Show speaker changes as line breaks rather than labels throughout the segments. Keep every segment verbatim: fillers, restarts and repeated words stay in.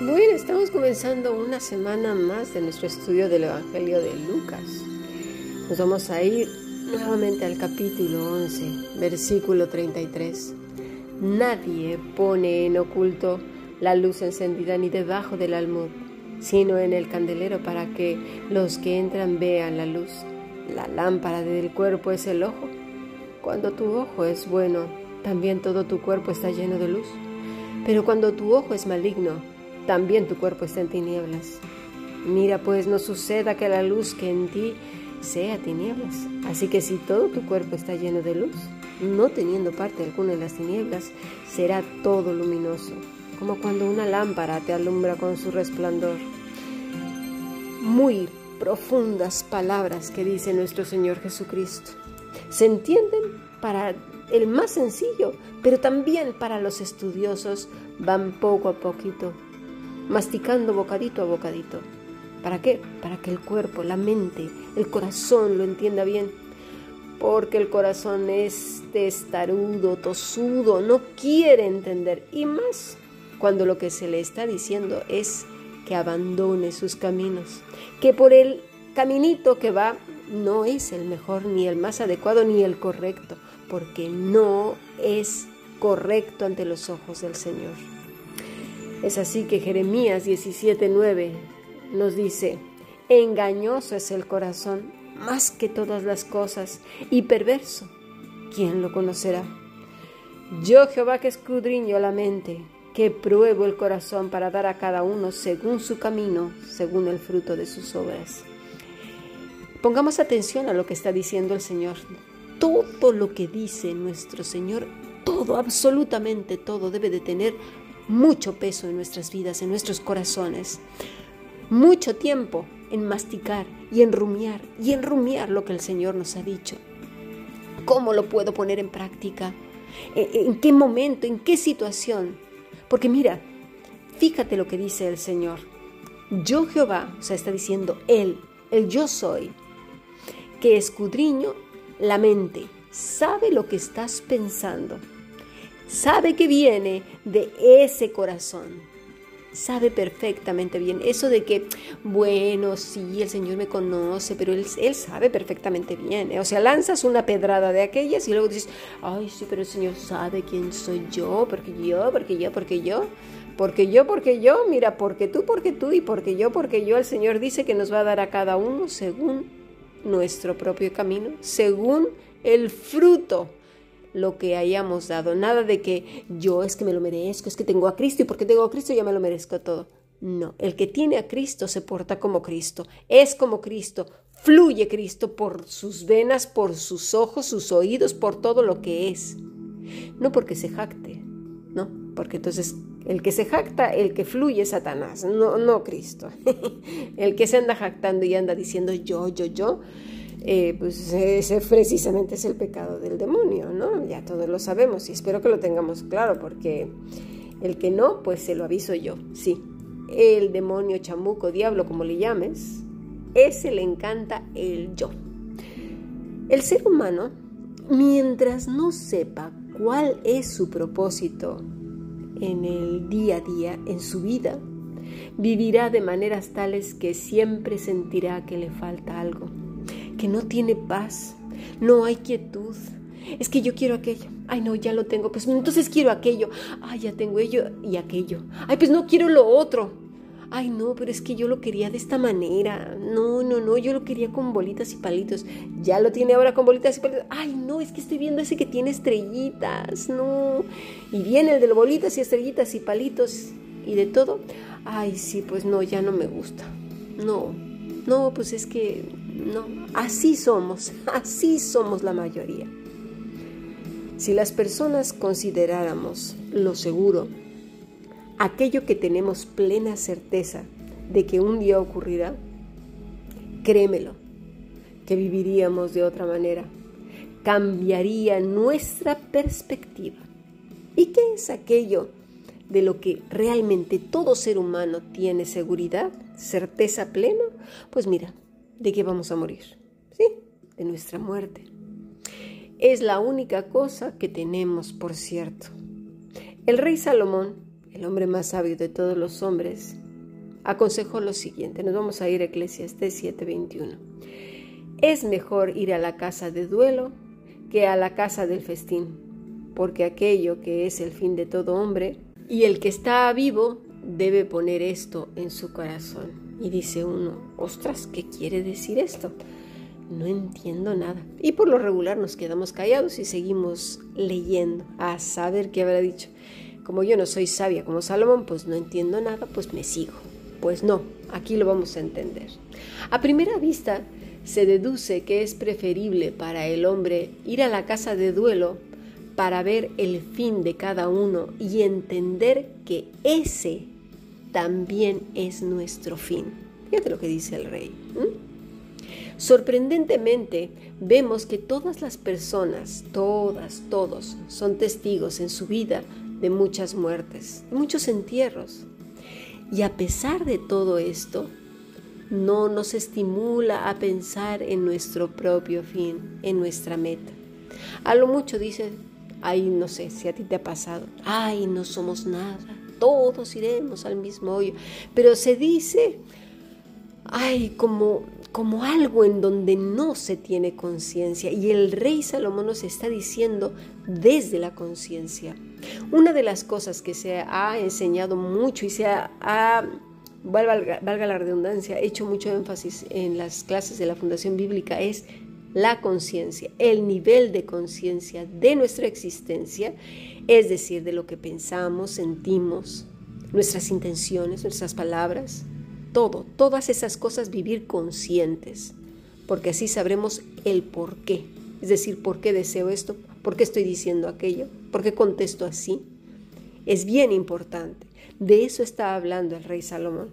Bueno, estamos comenzando una semana más de nuestro estudio del Evangelio de Lucas. Nos vamos a ir nuevamente al capítulo once, versículo treinta y tres. Nadie pone en oculto la luz encendida ni debajo del almud, sino en el candelero para que los que entran vean la luz. La lámpara del cuerpo es el ojo. Cuando tu ojo es bueno, también todo tu cuerpo está lleno de luz. Pero cuando tu ojo es maligno, también tu cuerpo está en tinieblas. Mira, pues no suceda que la luz que en ti sea tinieblas. Así que si todo tu cuerpo está lleno de luz, no teniendo parte alguna en las tinieblas, será todo luminoso, como cuando una lámpara te alumbra con su resplandor. Muy profundas palabras que dice nuestro Señor Jesucristo. Se entienden para el más sencillo, pero también para los estudiosos van poco a poquito, masticando bocadito a bocadito. ¿Para qué? Para que el cuerpo, la mente, el corazón lo entienda bien. Porque el corazón es testarudo, tosudo, no quiere entender. Y más cuando lo que se le está diciendo es que abandone sus caminos. Que por el caminito que va no es el mejor, ni el más adecuado, ni el correcto. Porque no es correcto ante los ojos del Señor. Es así que Jeremías diecisiete nueve nos dice: engañoso es el corazón más que todas las cosas y perverso, ¿quién lo conocerá? Yo, Jehová, que escudriño la mente, que pruebo el corazón para dar a cada uno según su camino, según el fruto de sus obras. Pongamos atención a lo que está diciendo el Señor. Todo lo que dice nuestro Señor, todo, absolutamente todo, debe de tener mucho peso en nuestras vidas, en nuestros corazones. Mucho tiempo en masticar y en rumiar, y en rumiar lo que el Señor nos ha dicho. ¿Cómo lo puedo poner en práctica? ¿En qué momento? ¿En qué situación? Porque mira, fíjate lo que dice el Señor. Yo, Jehová, o sea, está diciendo Él, el yo soy, que escudriño la mente, sabe lo que estás pensando. Sabe que viene de ese corazón. Sabe perfectamente bien. Eso de que, bueno, sí, el Señor me conoce, pero Él, él sabe perfectamente bien. ¿eh? O sea, lanzas una pedrada de aquellas y luego dices, ay, sí, pero el Señor sabe quién soy yo, porque yo, porque yo, porque yo, porque yo, porque yo, mira, porque tú, porque tú, y porque yo, porque yo. El Señor dice que nos va a dar a cada uno según nuestro propio camino, según el fruto, lo que hayamos dado. Nada de que yo es que me lo merezco, es que tengo a Cristo y porque tengo a Cristo ya me lo merezco todo. No, el que tiene a Cristo se porta como Cristo, es como Cristo, fluye Cristo por sus venas, por sus ojos, sus oídos, por todo lo que es. No porque se jacte, no, porque entonces el que se jacta, el que fluye es Satanás, no, no Cristo. El que se anda jactando y anda diciendo yo, yo, yo, Eh, pues ese precisamente es el pecado del demonio, ¿no? Ya todos lo sabemos y espero que lo tengamos claro, porque el que no, pues se lo aviso yo, sí. El demonio, chamuco, diablo, como le llames, ese le encanta el yo. El ser humano, mientras no sepa cuál es su propósito en el día a día, en su vida, vivirá de maneras tales que siempre sentirá que le falta algo, que no tiene paz, no hay quietud. Es que yo quiero aquello. Ay, no, ya lo tengo. Pues entonces quiero aquello. Ay, ya tengo ello y aquello. Ay, pues no quiero lo otro. Ay, no, pero es que yo lo quería de esta manera. No, no, no, yo lo quería con bolitas y palitos. Ya lo tiene ahora con bolitas y palitos. Ay, no, es que estoy viendo ese que tiene estrellitas. No. Y viene el de las bolitas y estrellitas y palitos y de todo. Ay, sí, pues no, ya no me gusta. No, no, pues es que no. Así somos, así somos la mayoría. Si las personas consideráramos lo seguro, aquello que tenemos plena certeza de que un día ocurrirá, créemelo, que viviríamos de otra manera. Cambiaría nuestra perspectiva. ¿Y qué es aquello de lo que realmente todo ser humano tiene seguridad, certeza plena? Pues mira, de que vamos a morir, ¿sí? De nuestra muerte. Es la única cosa que tenemos por cierto. El rey Salomón el hombre más sabio de todos los hombres, aconsejó lo siguiente. Nos vamos a ir a Eclesiastés siete veintiuno. Es mejor ir a la casa de duelo que a la casa del festín, porque aquello que es el fin de todo hombre, y el que está vivo debe poner esto en su corazón. Y dice uno, ostras, ¿qué quiere decir esto? No entiendo nada. Y por lo regular nos quedamos callados y seguimos leyendo a saber qué habrá dicho. Como yo no soy sabia como Salomón, pues no entiendo nada, pues me sigo. Pues no, aquí lo vamos a entender. A primera vista se deduce que es preferible para el hombre ir a la casa de duelo para ver el fin de cada uno y entender que ese también es nuestro fin. Fíjate lo que dice el rey. ¿Mm? Sorprendentemente, vemos que todas las personas, todas, todos, son testigos en su vida de muchas muertes, de muchos entierros. Y a pesar de todo esto, no nos estimula a pensar en nuestro propio fin, en nuestra meta. A lo mucho dice, ay, no sé si a ti te ha pasado, ay, no somos nada, todos iremos al mismo hoyo. Pero se dice, ay, como, como algo en donde no se tiene conciencia. Y el rey Salomón nos está diciendo desde la conciencia. Una de las cosas que se ha enseñado mucho y se ha, ha valga, valga la redundancia, hecho mucho énfasis en las clases de la Fundación Bíblica es la conciencia, el nivel de conciencia de nuestra existencia, es decir, de lo que pensamos, sentimos, nuestras intenciones, nuestras palabras, todo, todas esas cosas vivir conscientes, porque así sabremos el por qué, es decir, por qué deseo esto, por qué estoy diciendo aquello, por qué contesto así. Es bien importante. De eso está hablando el rey Salomón.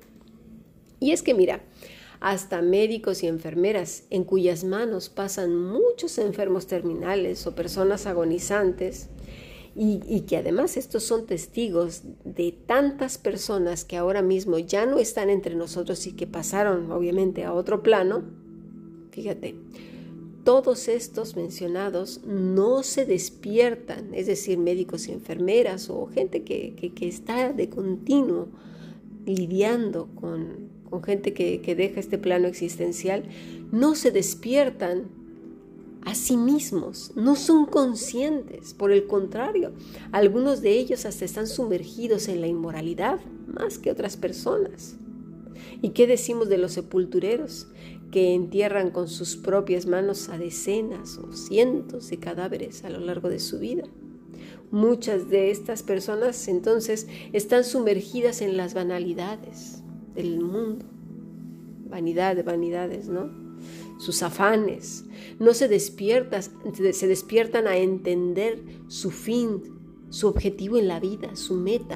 Y es que mira, hasta médicos y enfermeras en cuyas manos pasan muchos enfermos terminales o personas agonizantes, y, y que además estos son testigos de tantas personas que ahora mismo ya no están entre nosotros y que pasaron obviamente a otro plano. Fíjate, todos estos mencionados no se despiertan, es decir, médicos y enfermeras o gente que, que, que está de continuo lidiando con, con gente que, que deja este plano existencial, no se despiertan a sí mismos, no son conscientes. Por el contrario, algunos de ellos hasta están sumergidos en la inmoralidad más que otras personas. ¿Y qué decimos de los sepultureros que entierran con sus propias manos a decenas o cientos de cadáveres a lo largo de su vida? Muchas de estas personas entonces están sumergidas en las banalidades del mundo. Vanidad de vanidades, ¿no? Sus afanes. No se despiertan, se despiertan a entender su fin, su objetivo en la vida, su meta.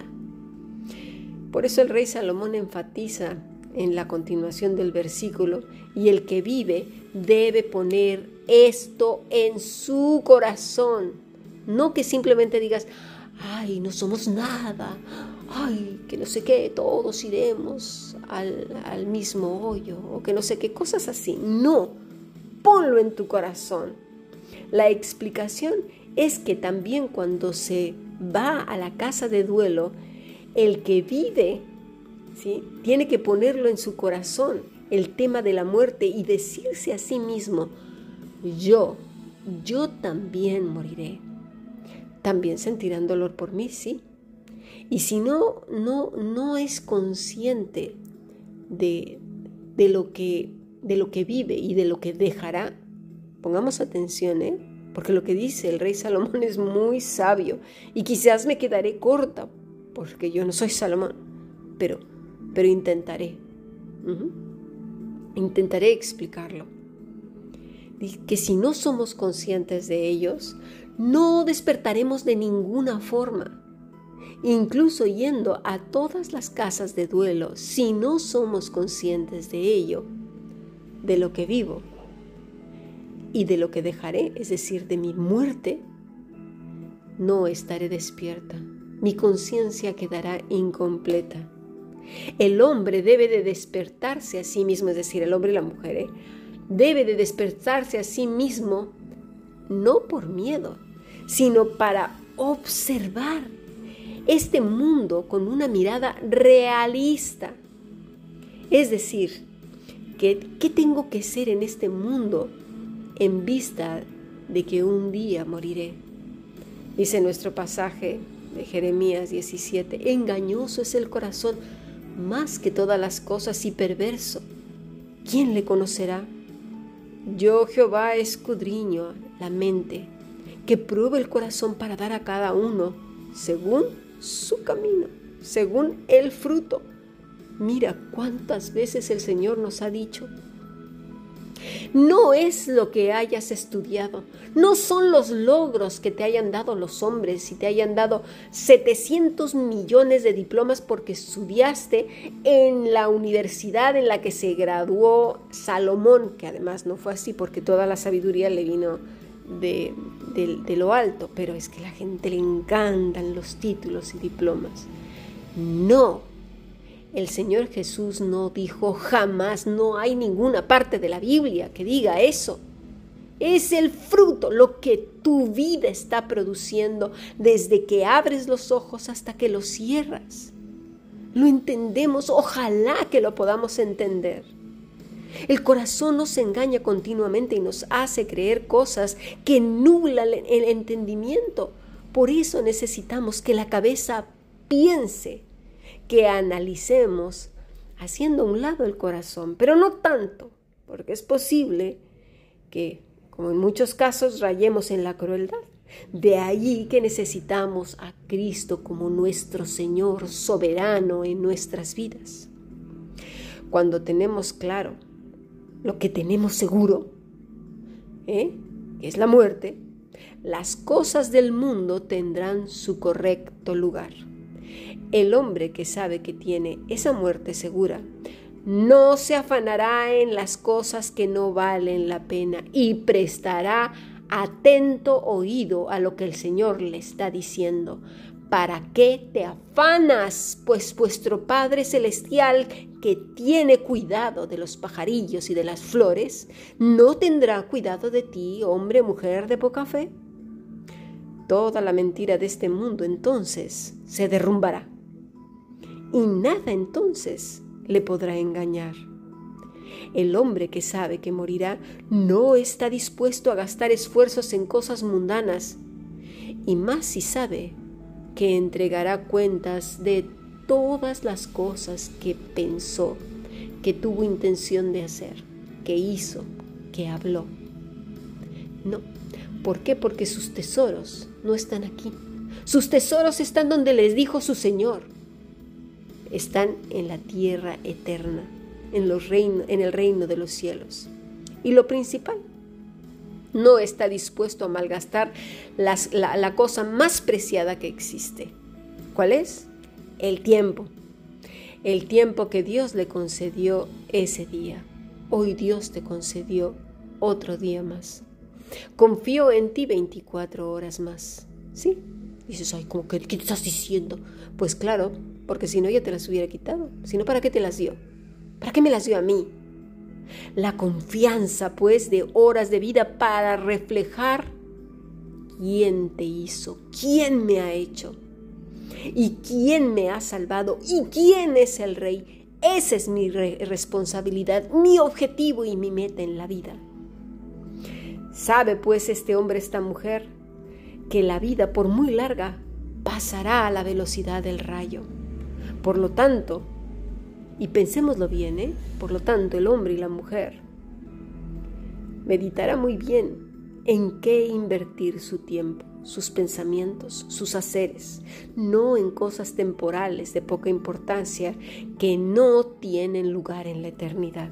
Por eso el rey Salomón enfatiza en la continuación del versículo, y el que vive debe poner esto en su corazón. No que simplemente digas, ay, no somos nada, ay, que no sé qué, todos iremos al, al mismo hoyo, o que no sé qué, cosas así. No, ponlo en tu corazón. La explicación es que también cuando se va a la casa de duelo, el que vive, ¿sí?, tiene que ponerlo en su corazón, el tema de la muerte, y decirse a sí mismo, yo, yo también moriré. También sentirán dolor por mí, sí. Y si no, no, no es consciente de, de, lo que, de lo que vive y de lo que dejará, pongamos atención, ¿eh? Porque lo que dice el rey Salomón es muy sabio, y quizás me quedaré corta, porque yo no soy Salomón, pero, pero intentaré. Uh-huh. Intentaré explicarlo. Que si no somos conscientes de ellos, no despertaremos de ninguna forma. Incluso yendo a todas las casas de duelo, si no somos conscientes de ello, de lo que vivo y de lo que dejaré, es decir, de mi muerte, no estaré despierta. Mi conciencia quedará incompleta. El hombre debe de despertarse a sí mismo, es decir, el hombre y la mujer, ¿eh? debe de despertarse a sí mismo, no por miedo, sino para observar este mundo con una mirada realista. Es decir, que, ¿qué tengo que ser en este mundo en vista de que un día moriré? Dice nuestro pasaje de Jeremías diecisiete, engañoso es el corazón más que todas las cosas y perverso. ¿Quién le conocerá? Yo, Jehová, escudriño la mente, que pruebo el corazón para dar a cada uno según su camino, según el fruto. Mira cuántas veces el Señor nos ha dicho, no es lo que hayas estudiado, no son los logros que te hayan dado los hombres y te hayan dado setecientos millones de diplomas porque estudiaste en la universidad en la que se graduó Salomón, que además no fue así porque toda la sabiduría le vino de, de, de lo alto, pero es que a la gente le encantan los títulos y diplomas. No. El Señor Jesús no dijo jamás, no hay ninguna parte de la Biblia que diga eso. Es el fruto, lo que tu vida está produciendo desde que abres los ojos hasta que los cierras. Lo entendemos, ojalá que lo podamos entender. El corazón nos engaña continuamente y nos hace creer cosas que nublan el entendimiento. Por eso necesitamos que la cabeza piense, que analicemos haciendo a un lado el corazón, pero no tanto, porque es posible que, como en muchos casos, rayemos en la crueldad. De ahí que necesitamos a Cristo como nuestro Señor soberano en nuestras vidas. Cuando tenemos claro lo que tenemos seguro, ¿eh? que es la muerte, las cosas del mundo tendrán su correcto lugar. El hombre que sabe que tiene esa muerte segura no se afanará en las cosas que no valen la pena y prestará atento oído a lo que el Señor le está diciendo. ¿Para qué te afanas? Pues vuestro Padre Celestial, que tiene cuidado de los pajarillos y de las flores, ¿no tendrá cuidado de ti, hombre, mujer de poca fe? Toda la mentira de este mundo entonces se derrumbará. Y nada entonces le podrá engañar. El hombre que sabe que morirá no está dispuesto a gastar esfuerzos en cosas mundanas, y más si sabe que entregará cuentas de todas las cosas que pensó, que tuvo intención de hacer, que hizo, que habló. No, ¿por qué? Porque sus tesoros no están aquí. Sus tesoros están donde les dijo su Señor. Están en la tierra eterna, en, los reino, en el reino de los cielos. Y lo principal, no está dispuesto a malgastar las, la, la cosa más preciada que existe. ¿Cuál es? El tiempo. El tiempo que Dios le concedió ese día. Hoy Dios te concedió otro día más. Confío en ti veinticuatro horas más. ¿Sí? Dices, ay, ¿cómo que, ¿qué te estás diciendo? Pues claro, porque si no ya te las hubiera quitado. Si no, ¿para qué te las dio? ¿Para qué me las dio a mí? La confianza, pues, de horas de vida para reflejar quién te hizo, quién me ha hecho y quién me ha salvado y quién es el Rey. Esa es mi re- responsabilidad, mi objetivo y mi meta en la vida. Sabe, pues, este hombre, esta mujer, que la vida, por muy larga, pasará a la velocidad del rayo. Por lo tanto, y pensémoslo bien, ¿eh? Por lo tanto, el hombre y la mujer meditará muy bien en qué invertir su tiempo, sus pensamientos, sus haceres, no en cosas temporales de poca importancia que no tienen lugar en la eternidad.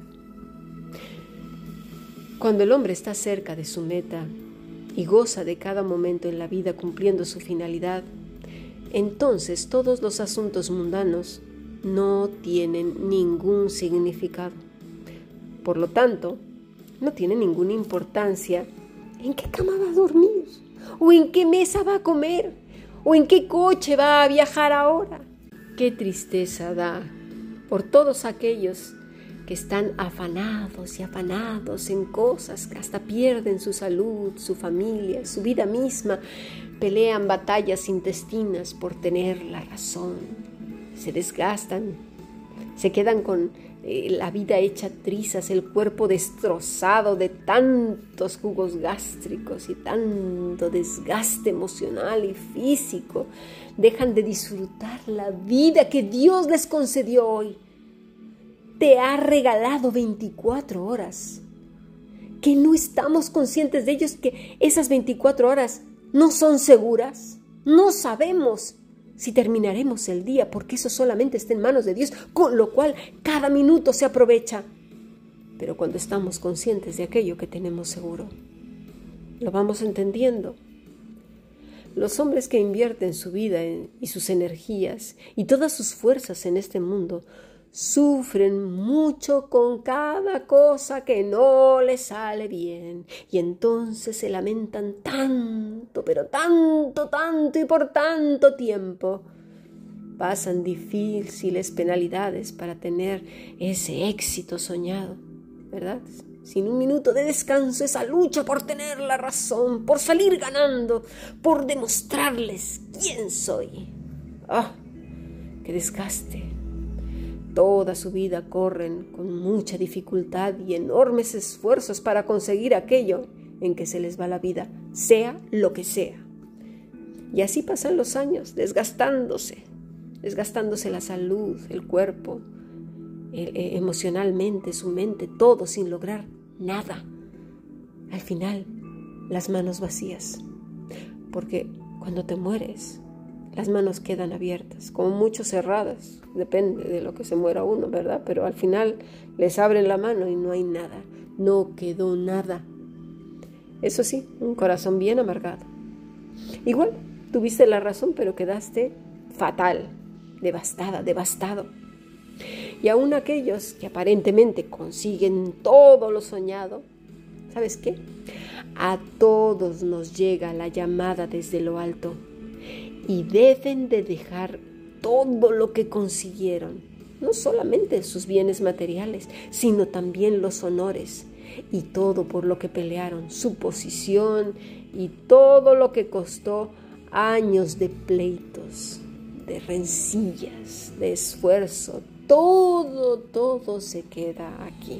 Cuando el hombre está cerca de su meta y goza de cada momento en la vida cumpliendo su finalidad, entonces todos los asuntos mundanos no tienen ningún significado. Por lo tanto, no tiene ninguna importancia en qué cama va a dormir, o en qué mesa va a comer, o en qué coche va a viajar ahora. Qué tristeza da por todos aquellos que están afanados y afanados en cosas que hasta pierden su salud, su familia, su vida misma, pelean batallas intestinas por tener la razón, se desgastan, se quedan con eh, la vida hecha trizas, el cuerpo destrozado de tantos jugos gástricos y tanto desgaste emocional y físico, dejan de disfrutar la vida que Dios les concedió hoy. Te ha regalado veinticuatro horas, que no estamos conscientes de ellos, que esas veinticuatro horas no son seguras. No sabemos si terminaremos el día, porque eso solamente está en manos de Dios, con lo cual cada minuto se aprovecha. Pero cuando estamos conscientes de aquello que tenemos seguro, lo vamos entendiendo. Los hombres que invierten su vida en, y sus energías y todas sus fuerzas en este mundo sufren mucho con cada cosa que no les sale bien, y entonces se lamentan tanto, pero tanto, tanto y por tanto tiempo. Pasan difíciles penalidades para tener ese éxito soñado, ¿verdad? Sin un minuto de descanso, esa lucha por tener la razón, por salir ganando, por demostrarles quién soy. ¡Ah! ¡Qué desgaste! Toda su vida corren con mucha dificultad y enormes esfuerzos para conseguir aquello en que se les va la vida, sea lo que sea. Y así pasan los años, desgastándose, desgastándose la salud, el cuerpo, el, eh, emocionalmente, su mente, todo sin lograr nada. Al final, las manos vacías, porque cuando te mueres, las manos quedan abiertas, como mucho cerradas, depende de lo que se muera uno, ¿verdad? Pero al final les abren la mano y no hay nada, no quedó nada. Eso sí, un corazón bien amargado. Igual, tuviste la razón, pero quedaste fatal, devastada, devastado. Y aún aquellos que aparentemente consiguen todo lo soñado, ¿sabes qué? A todos nos llega la llamada desde lo alto. Y deben de dejar todo lo que consiguieron, no solamente sus bienes materiales, sino también los honores y todo por lo que pelearon, su posición y todo lo que costó años de pleitos, de rencillas, de esfuerzo. Todo, todo se queda aquí.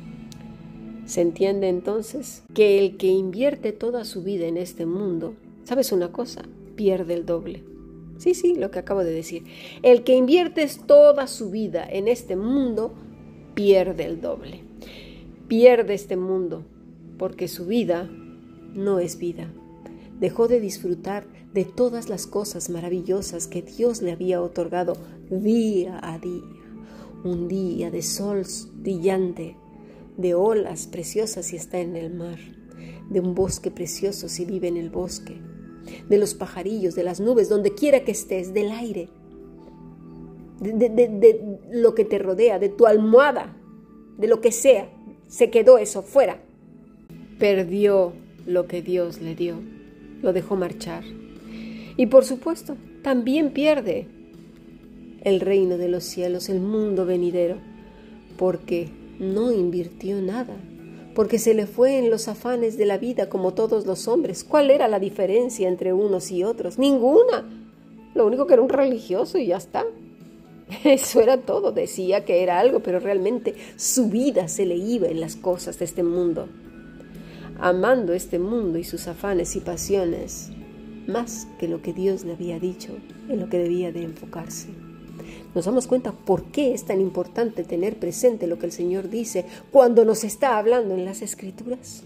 ¿Se entiende entonces que el que invierte toda su vida en este mundo, ¿sabes una cosa? Pierde el doble. Sí, sí, lo que acabo de decir. El que invierte toda su vida en este mundo, pierde el doble. Pierde este mundo, porque su vida no es vida. Dejó de disfrutar de todas las cosas maravillosas que Dios le había otorgado día a día. Un día de sol brillante, de olas preciosas si está en el mar, de un bosque precioso si vive en el bosque, de los pajarillos, de las nubes, donde quiera que estés, del aire, de, de, de, de lo que te rodea, de tu almohada, de lo que sea. Se quedó eso fuera. Perdió lo que Dios le dio, lo dejó marchar. Y por supuesto, también pierde el reino de los cielos, el mundo venidero, porque no invirtió nada, porque se le fue en los afanes de la vida como todos los hombres. ¿Cuál era la diferencia entre unos y otros? Ninguna. Lo único que era un religioso y ya está. Eso era todo. Decía que era algo, pero realmente su vida se le iba en las cosas de este mundo, amando este mundo y sus afanes y pasiones, más que lo que Dios le había dicho, en lo que debía de enfocarse. Nos damos cuenta por qué es tan importante tener presente lo que el Señor dice cuando nos está hablando en las Escrituras.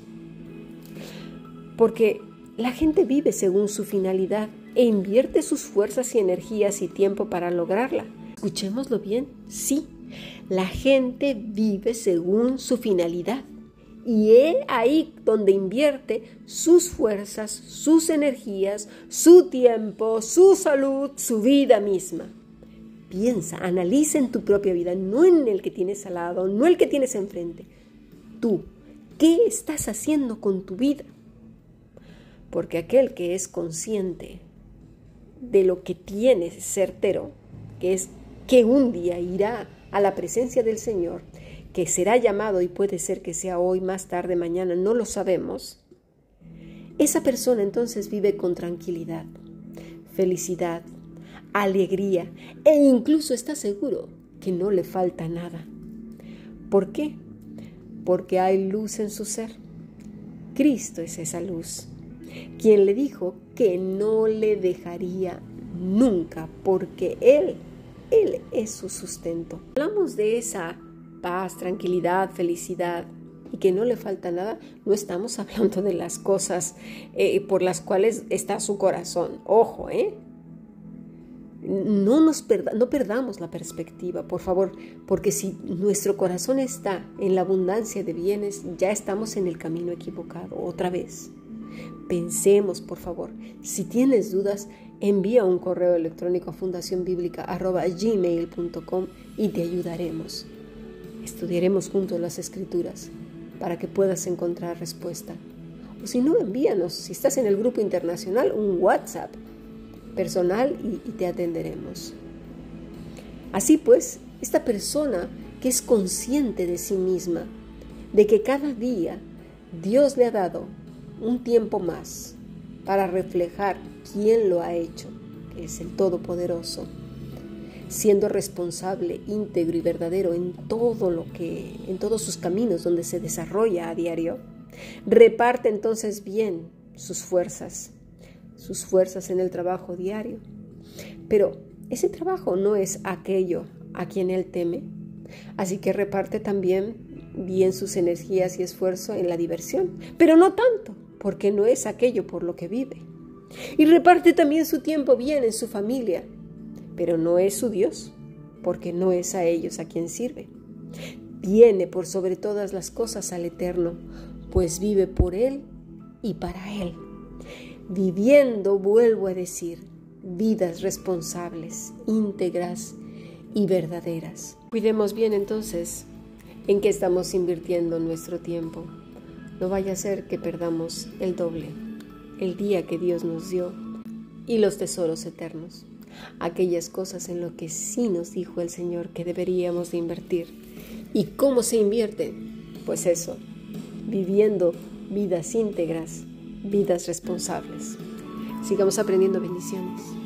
Porque la gente vive según su finalidad e invierte sus fuerzas y energías y tiempo para lograrla. Escuchémoslo bien, sí, la gente vive según su finalidad y es ahí donde invierte sus fuerzas, sus energías, su tiempo, su salud, su vida misma. Piensa, analiza en tu propia vida, no en el que tienes al lado, no el que tienes enfrente. Tú, ¿qué estás haciendo con tu vida? Porque aquel que es consciente de lo que tiene certero, que es que un día irá a la presencia del Señor, que será llamado y puede ser que sea hoy, más tarde, mañana, no lo sabemos, esa persona entonces vive con tranquilidad, felicidad, alegría e incluso está seguro que no le falta nada. ¿Por qué? Porque hay luz en su ser. Cristo es esa luz, quien le dijo que no le dejaría nunca, porque Él, Él es su sustento. Hablamos de esa paz, tranquilidad, felicidad y que no le falta nada. No estamos hablando de las cosas eh, por las cuales está su corazón. Ojo, ¿eh? No, nos perda, no perdamos la perspectiva, por favor, porque si nuestro corazón está en la abundancia de bienes, ya estamos en el camino equivocado otra vez. Pensemos, por favor. Si tienes dudas, envía un correo electrónico a fundación bíblica arroba gmail punto com y te ayudaremos. Estudiaremos juntos las Escrituras para que puedas encontrar respuesta. O si no, envíanos, si estás en el grupo internacional, un WhatsApp personal y, y te atenderemos. Así pues, esta persona que es consciente de sí misma, de que cada día Dios le ha dado un tiempo más para reflejar quién lo ha hecho, que es el Todopoderoso, siendo responsable, íntegro y verdadero en todo lo que, en todos sus caminos donde se desarrolla a diario, reparte entonces bien sus fuerzas, sus fuerzas en el trabajo diario. Pero ese trabajo no es aquello a quien él teme, así que reparte también bien sus energías y esfuerzo en la diversión, pero no tanto, porque no es aquello por lo que vive. Y reparte también su tiempo bien en su familia, pero no es su Dios, porque no es a ellos a quien sirve. Viene por sobre todas las cosas al Eterno, pues vive por Él y para Él, viviendo, vuelvo a decir, vidas responsables, íntegras y verdaderas. Cuidemos bien entonces en qué estamos invirtiendo nuestro tiempo. No vaya a ser que perdamos el doble, el día que Dios nos dio y los tesoros eternos, aquellas cosas en lo que sí nos dijo el Señor que deberíamos de invertir. ¿Y cómo se invierte? Pues eso, viviendo vidas íntegras, vidas responsables. Sigamos aprendiendo. Bendiciones.